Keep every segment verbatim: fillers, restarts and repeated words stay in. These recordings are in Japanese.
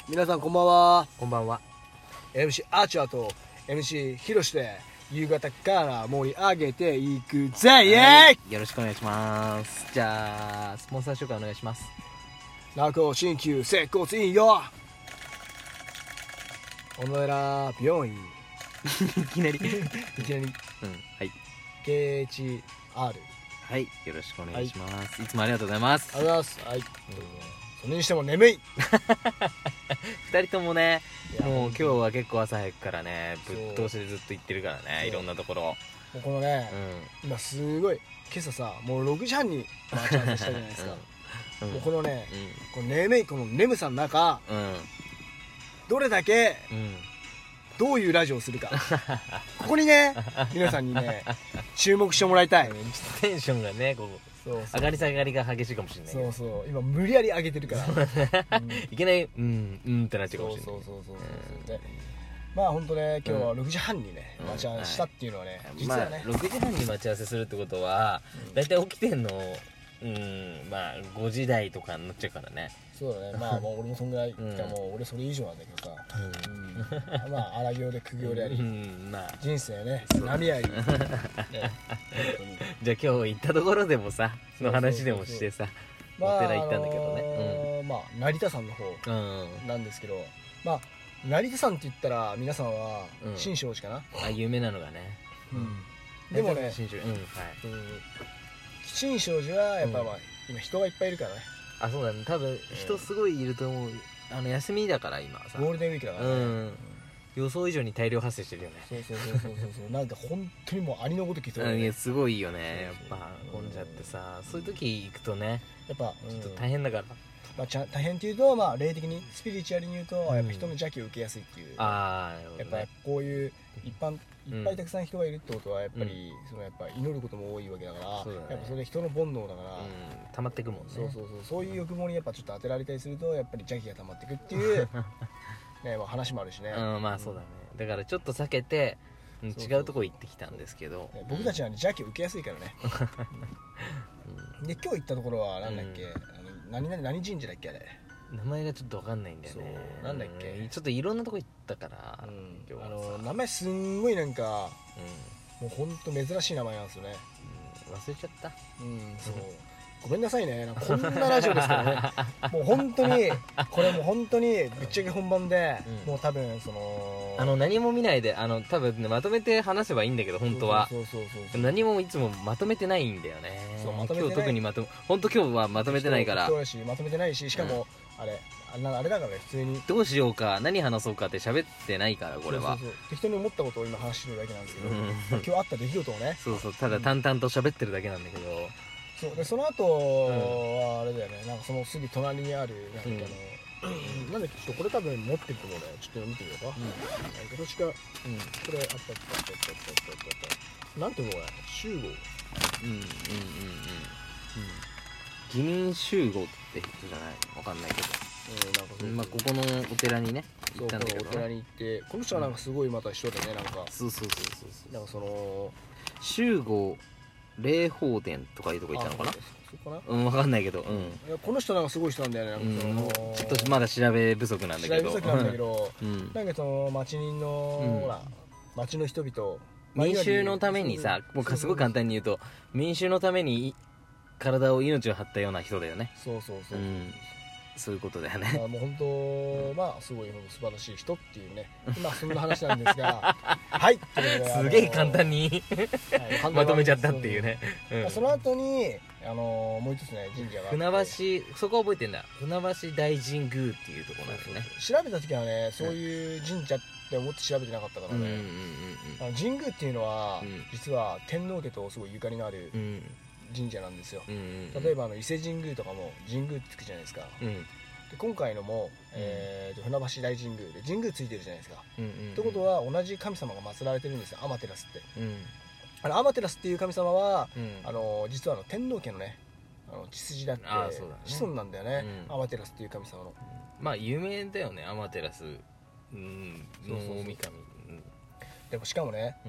皆さんこんばんは。 こんばんは。 エムシー アーチャーと エムシー ヒロシで夕方から盛り上げていくぜ、イエーイ。 よろしくお願いします。じゃあスポンサー紹介お願いします。 中尾鍼灸接骨院よ、小野寺病院いきなりいきなりうん、はいケーエイチアールはい、よろしくお願いします、はい、いつもありがとうございます。 ありがとうございます。はい、うん、それにしても眠いふたりともね、もう今日はは結構朝早くからねぶっ通しでずっと行ってるからね、いろんなところ。 もうこのね、うん、今すごい今朝さもうろくじはんに待ち合わせしたじゃないですか、うん、もうこのね、うん、この眠いこの眠さの中、うん、どれだけ、うん、どういうラジオをするかここにね皆さんにね注目してもらいたい。 テンションがねこうそうそう上がり下がりが激しいかもしれないけど、 そうそう今無理やり上げてるから、 うん、いけないうんうんってなっちゃうかもしれない。 そうそうそうそうそう、うん、まあ本当ね今日はろくじはんにね、うん、待ち合わせしたっていうのはね、うん、実はね、 まあ、ろくじはんに待ち合わせするってことは、うん、だいたい起きてんのうんまあごじ台とかになっちゃうからね。 そうだね、まあもう俺もそんぐらい、うん、もう俺それ以上なんだけどさ、うん、まあ荒行で苦行であり、うんまあ、人生はね波あり、ね、 じゃあ今日行ったところでもさの話でもしてさ、お寺行ったんだけどね、 まあ成田山の方なんですけど、まあ成田山って言ったら皆さんは新勝寺かな、 あ有名なのがね、 でもね新勝寺、うんはい、 新勝寺はやっぱまあ今人がいっぱいいるからね。 あそうだね、多分人すごいいると思う。あの休みだから今さゴールデンウィークだからね、うん、 予想以上に大量発生してるよね。 そうそうそうそうそうなんか本当にもうアリのごときそうだね。 すごいよね、やっぱ混んじゃってさ、そういう時行くとねやっぱちょっと大変だから、 まあ、ちゃ大変っていうと、まあ、霊的にスピリチュアルに言うと、うん、やっぱ人の邪気を受けやすいっていう。ああなるほど、ね、やっぱこういう一般いっぱいたくさん人がいるってことはやっぱり、うん、そのやっぱ祈ることも多いわけだから、ね、やっぱそれ人の煩悩だから、うん、 溜まっていくもんね。 そうそうそうそういう欲望にやっぱちょっと当てられたりするとやっぱり邪気が溜まっていくっていうね、まあ、話もあるしね。うんまあそうだね、だからちょっと避けて違うとこ行ってきたんですけど、 僕たちは、ね、邪気を受けやすいからね、うん、で今日行ったところは何だっけ、うん、あの何々何神社だっけあれ。 名前がちょっと分かんないんだよね。 なんだっけ、 うん、ちょっといろんなとこ行ったから、うん、 今日あの名前すんごいなんか、うん、もうほんと珍しい名前なんですよね、 うん、忘れちゃった。 うんそうごめんなさいね、なんかこんなラジオですからねもう本当にこれもう本当にぶっちゃけ本番で、うん、もう多分そのあの何も見ないであの多分、ね、まとめて話せばいいんだけど本当は何もいつもまとめてないんだよね。そうまとめてない、今日特にまと本当今日はまとめてないから今日まとめてないし、しかも、うん、あれあれあれだからね普通にどうしようか何話そうかって喋ってないからこれは。 そうそうそう適当に思ったことを今話してるだけなんですけど、うん、今日あった出来事をねそうそうただ淡々と喋ってるだけなんだけど、うんそうでその後はあれだよね、なんかそのすぐ隣にあるなんかあの、うん、なんでちょっとこれ多分持ってると思うね、ちょっと見てみようか、うん、なんかどっちか、うん、これあったあったあったあったあったなんていうのこれ集合、うんうんうんうん義民集合って人じゃないわかんないけど、うんなんかそうまあここのお寺にね行ったんだけど、 お寺に行ってこの人はなんかすごいまた人でね、なんかそうそうそうそうそうなんかその集合霊宝殿とかいうとこ行ったのかな、 そうかな、 うん分かんないけど、うん、 いやこの人なんかすごい人なんだよね、なんかその、 うん、ちょっとまだ調べ不足なんだけど調べ不足なんだけど、うん、なんかその町人の、うん、ほら町の人々 民衆のためにさ、もうすごい簡単に言うと民衆のために体を命を張ったような人だよね。 そうそうそうそう、うんそういうことだよね。 まあもう本当まあすごい素晴らしい人っていうね、まあそんな話なんですがはいということですげえ簡単に、はい、まとめちゃったっていうね。 うん、その後にあのー、もう一つね神社が船橋、そこは覚えてんだ、船橋大神宮っていうところなんですね。 調べた時はねそういう神社って思って調べてなかったからね、あの神宮っていうのは、うん、実は天皇家とすごいゆかりのある、うん神社なんですよ、うんうんうん、例えばあの伊勢神宮とかも神宮ってつくじゃないですか、うん、で今回のも、えー、船橋大神宮で神宮ついてるじゃないですか、うんうんうん、ってことは同じ神様が祀られてるんですよ、天照って、うん、あの天照っていう神様は、うん、あの実はあの天皇家のねあの血筋だってあそうだ、ね、子孫なんだよね、うん、天照っていう神様の、 まあ有名だよね天照、うん、能神、 でもしかもね、うん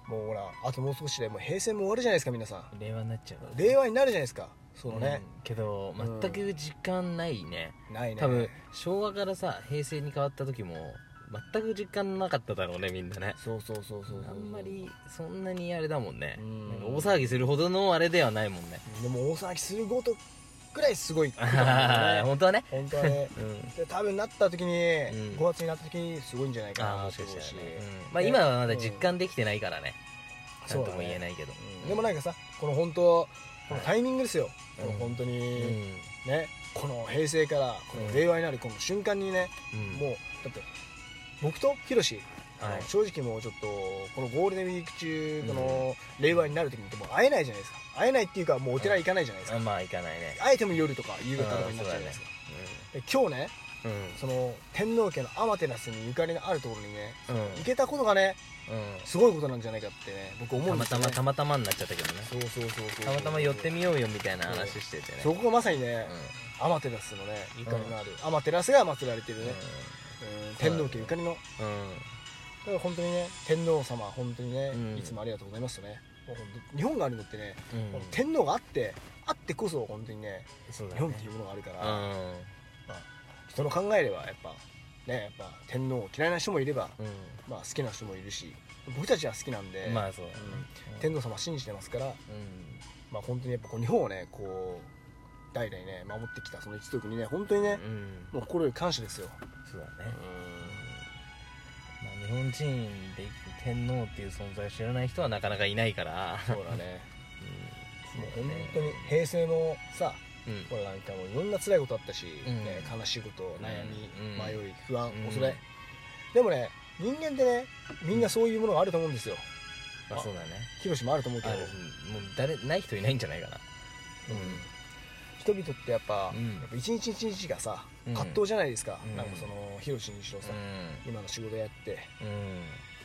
もうほらあともう少しでもう平成も終わるじゃないですか。皆さん令和になっちゃう令和になるじゃないですか。そのね、 うん、けど全く実感ないね、 うん、ないね。 多分昭和からさ平成に変わった時も全く実感なかっただろうねみんなね。 そうそうそうそうそう。 あんまりそんなにあれだもんね、 うん、 なんか大騒ぎするほどのあれではないもんね。 でも大騒ぎするごとくらいすごいことだね本当はね本当はね、うん、で多分なった時に、うん、ごがつになった時にすごいんじゃないかなと思うし、ね、 うん、まあ、今はまだ実感できてないからね、うん、ちゃんとも言えないけど、ね、 うん、でもなんかさこの本当このタイミングですよ、はい、この本当に、うん、ねこの平成からこの令和になるこの瞬間にね、うん、もうだって僕とヒロシ、はい、正直もうちょっとこのゴールデンウィーク中この令和になる時にもう会えないじゃないですか。会えないっていうかもうお寺行かないじゃないですか、 うん、まあ行かないね。 会えても夜とか夕方とかになっちゃうじゃないですか、うん、で今日ね、うん、その天皇家のアマテラスにゆかりのあるところにね、うん、行けたことがね、うん、すごいことなんじゃないかってね僕思うんですよね。 たまたまたまになっちゃったけどね。 そうそうそうそうたまたま寄ってみようよみたいな話しててね、 そこがまさにね、うん、アマテラスのねゆかりのある、うん、アマテラスが祀られてるね、うんうん、天皇家ゆかりの、うん、だから本当にね天皇様本当にね、うん、いつもありがとうございますとね。もう日本があるのってね、うん、天皇があってあってこそ本当に ね, ね日本っていうものがあるから、うんまあ、人の考えればやっぱねやっぱ天皇を嫌いな人もいれば、うんまあ、好きな人もいるし僕たちは好きなんで、まあそううん、天皇様信じてますから、うんまあ、本当にやっぱこう日本をねこう代々ね守ってきたその一族にね本当にね、うん、もう心より感謝ですよ。 そうだね、うんまあ、日本人で天皇っていう存在を知らない人はなかなかいないからそうだね、うん、もう本当に平成のさ、うん、これなんかもういろんな辛いことあったし、うんね、悲しいこと悩み、うん、迷い不安、うん、恐れでもね人間ってねみんなそういうものがあると思うんですよ。 まあそうだね。 ヒロシもあると思うけどもう誰ない人いないんじゃないかな、 うん、人々ってやっぱ、うん、やっぱ一日一日がさ葛藤じゃないですか、うん、なんかそのヒロシにしろさ、うん、今の仕事やって、うん、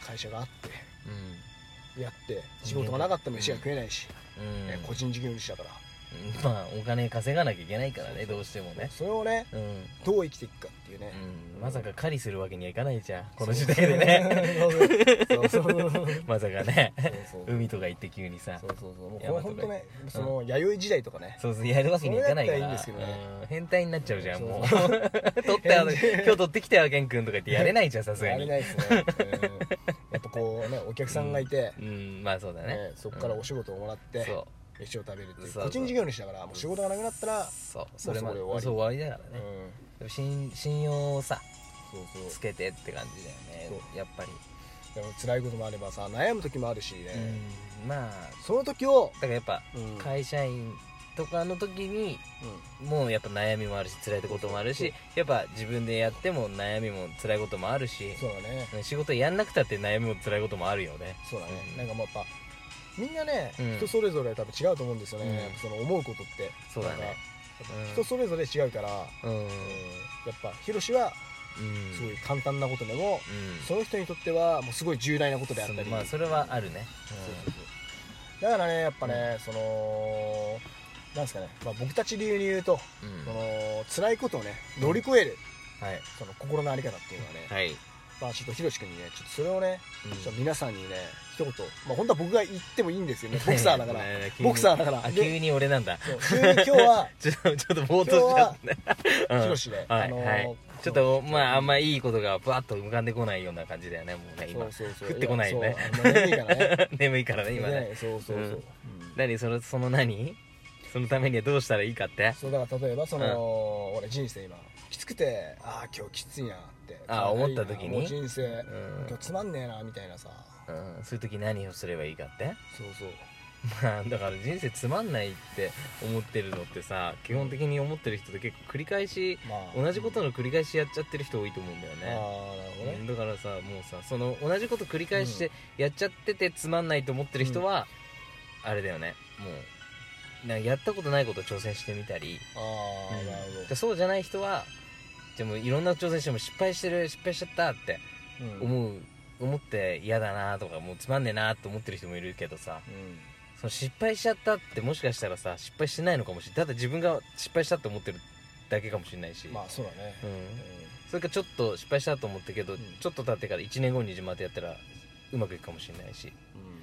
会社があって、うん、やって仕事がなかったら飯が食えないし、うんね、個人事業主だからまあお金稼がなきゃいけないからねどうしてもね。 それをね、うん、どう生きていくかっていうね、 うん、まさか狩りするわけにはいかないじゃんこの時代でねまさかねそうそう海とか行って急にさそうそうそうもうこれ本当ねその弥生時代とかねそうそうやるわけにいかないからいいんですけどね、うん、変態になっちゃうじゃんもう取ってあの今日取ってきたよケン君とか言ってやれないじゃんさすがにやれないですね、うん、やっぱこうねお客さんがいて、 うん、うん、まあそうだね、ねそこからお仕事をもらって、うん、そう飯を食べるっていうそうそう個人事業主だからもう仕事がなくなったらそうそれまで終わりそう終わりだからね、うん、信, 信用をさそうそうつけてって感じだよねやっぱり。 でも辛いこともあればさ悩む時もあるしね、 うん、まあその時をだからやっぱ、うん、会社員とかの時に、うん、もうやっぱ悩みもあるし辛いこともあるしやっぱ自分でやっても悩みも辛いこともあるしそうだね仕事やんなくたって悩みも辛いこともあるよね。 そうだね、うん、なんかもうやっぱみんなね、うん、人それぞれ多分違うと思うんですよね、うん、その思うことってそうだね、 うん、人それぞれ違うから、うんうん、やっぱヒロシはすごい簡単なことでも、うん、その人にとってはもうすごい重大なことであったり、 まあそれはあるね、 うん、そうそうそうだからねやっぱね、うん、そのなんですかね、まあ、僕たち流に言うと、うん、その辛いことをね乗り越える、うんはい、その心の在り方っていうのはね、はいまあ、ちょっとヒロシ君にねちょっとそれをね、うん、ちょっと皆さんにね一言、まあ、本当は僕が言ってもいいんですよねボクサーだからボクサーだから急に俺なんだ急に今日はちょっとちょっとぼーっとしちゃったねヒロシで、 はいあのーはい、ちょっとまああんまいいことがバッと浮かんでこないような感じだよねもうね今そうそうそう降ってこないよね眠いからね眠いからね今ねそうそうそう、うん、何そのその何そのためにはどうしたらいいかってそうだから例えばその、うん、俺人生今きつくてああ今日きついなってああ思った時に人生、うん、今日つまんねえなみたいなさ、 うん、そういう時何をすればいいかってそうそうまあだから人生つまんないって思ってるのってさ基本的に思ってる人って結構繰り返し、まあ、同じことの繰り返しやっちゃってる人多いと思うんだよね。ああなるほどね、うん、だからさもうさその同じこと繰り返してやっちゃっててつまんないと思ってる人は、うん、あれだよねもうなんかやったことないことを挑戦してみたりああ、うん、なるほどそうじゃない人はでもいろんな挑戦しても失敗してる失敗しちゃったって思う、うん、思って嫌だなとかもうつまんねえなと思ってる人もいるけどさ、うんその失敗しちゃったってもしかしたらさ失敗してないのかもしれないただ自分が失敗したって思ってるだけかもしれないしまあそうだね、うんうん、 それからちょっと失敗したと思ったけど、うん、ちょっと経ってからいちねんごにまたやったらうまくいくかもしれないし、うん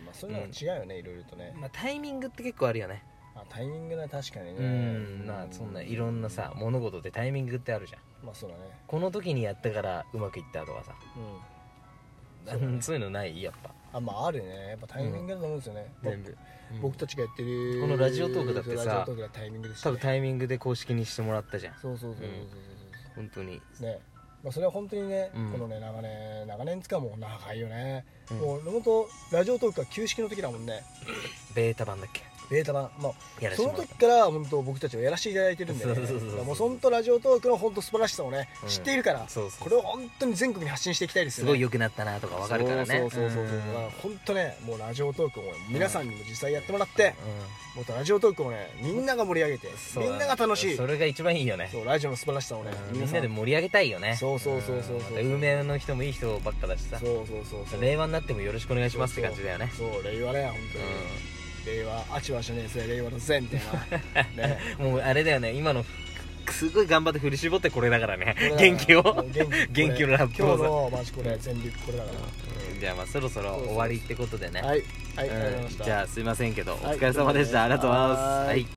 まあそういうのは違うよね、いろいろとね。 まあタイミングって結構あるよね。 あ、タイミングね、確かにね。 うん、まあそんないろんなさ物事でタイミングってあるじゃん。 まあそうだね。 この時にやったからうまくいったとかさ、うん、そういうのない？やっぱあ、まああるね。やっぱタイミングだと思うんですよね、全部。僕たちがやってるこのラジオトークだってさ、 ラジオトークがタイミングで多分タイミングで公式にしてもらったじゃん。 そうそうそうそうそう本当にね。まあそれは本当にね、このね長年長年つかもう長いよね。もう本当ラジオトークが旧式の時だもんね。 ベータ版だっけ？ ベータ版、まあその時から本当僕たちはやらせていただいてるんでね、もう本当ラジオトークの本当素晴らしさをね知っているから、これを本当に全国に発信していきたいですよね。 すごい良くなったなとか分かるからね。 そうそうそうそうそう。本当ね、もうラジオトークを皆さんにも実際やってもらって、もっとラジオトークをねみんなが盛り上げて、みんなが楽しい。 それが一番いいよね。そう、 ラジオの素晴らしさをねみんなで盛り上げたいよね。 そうそうそうそうそう。 有名の人もいい人ばっかだしさ。そうそうそう。令和になってもよろしくお願いしますって感じだよね。 そう、令和だよ本当に。令和あちわしねえぜ令和のぜみたいなね。 もうあれだよね、今のすごい頑張って振り絞ってこれだからね、元気を元気のラップを今日のマジこれ全力これだから。 じゃあまあそろそろ終わりってことでね。 はいはい、ありがとうございました。 じゃあすいませんけどお疲れ様でした。ありがとうございます。はい。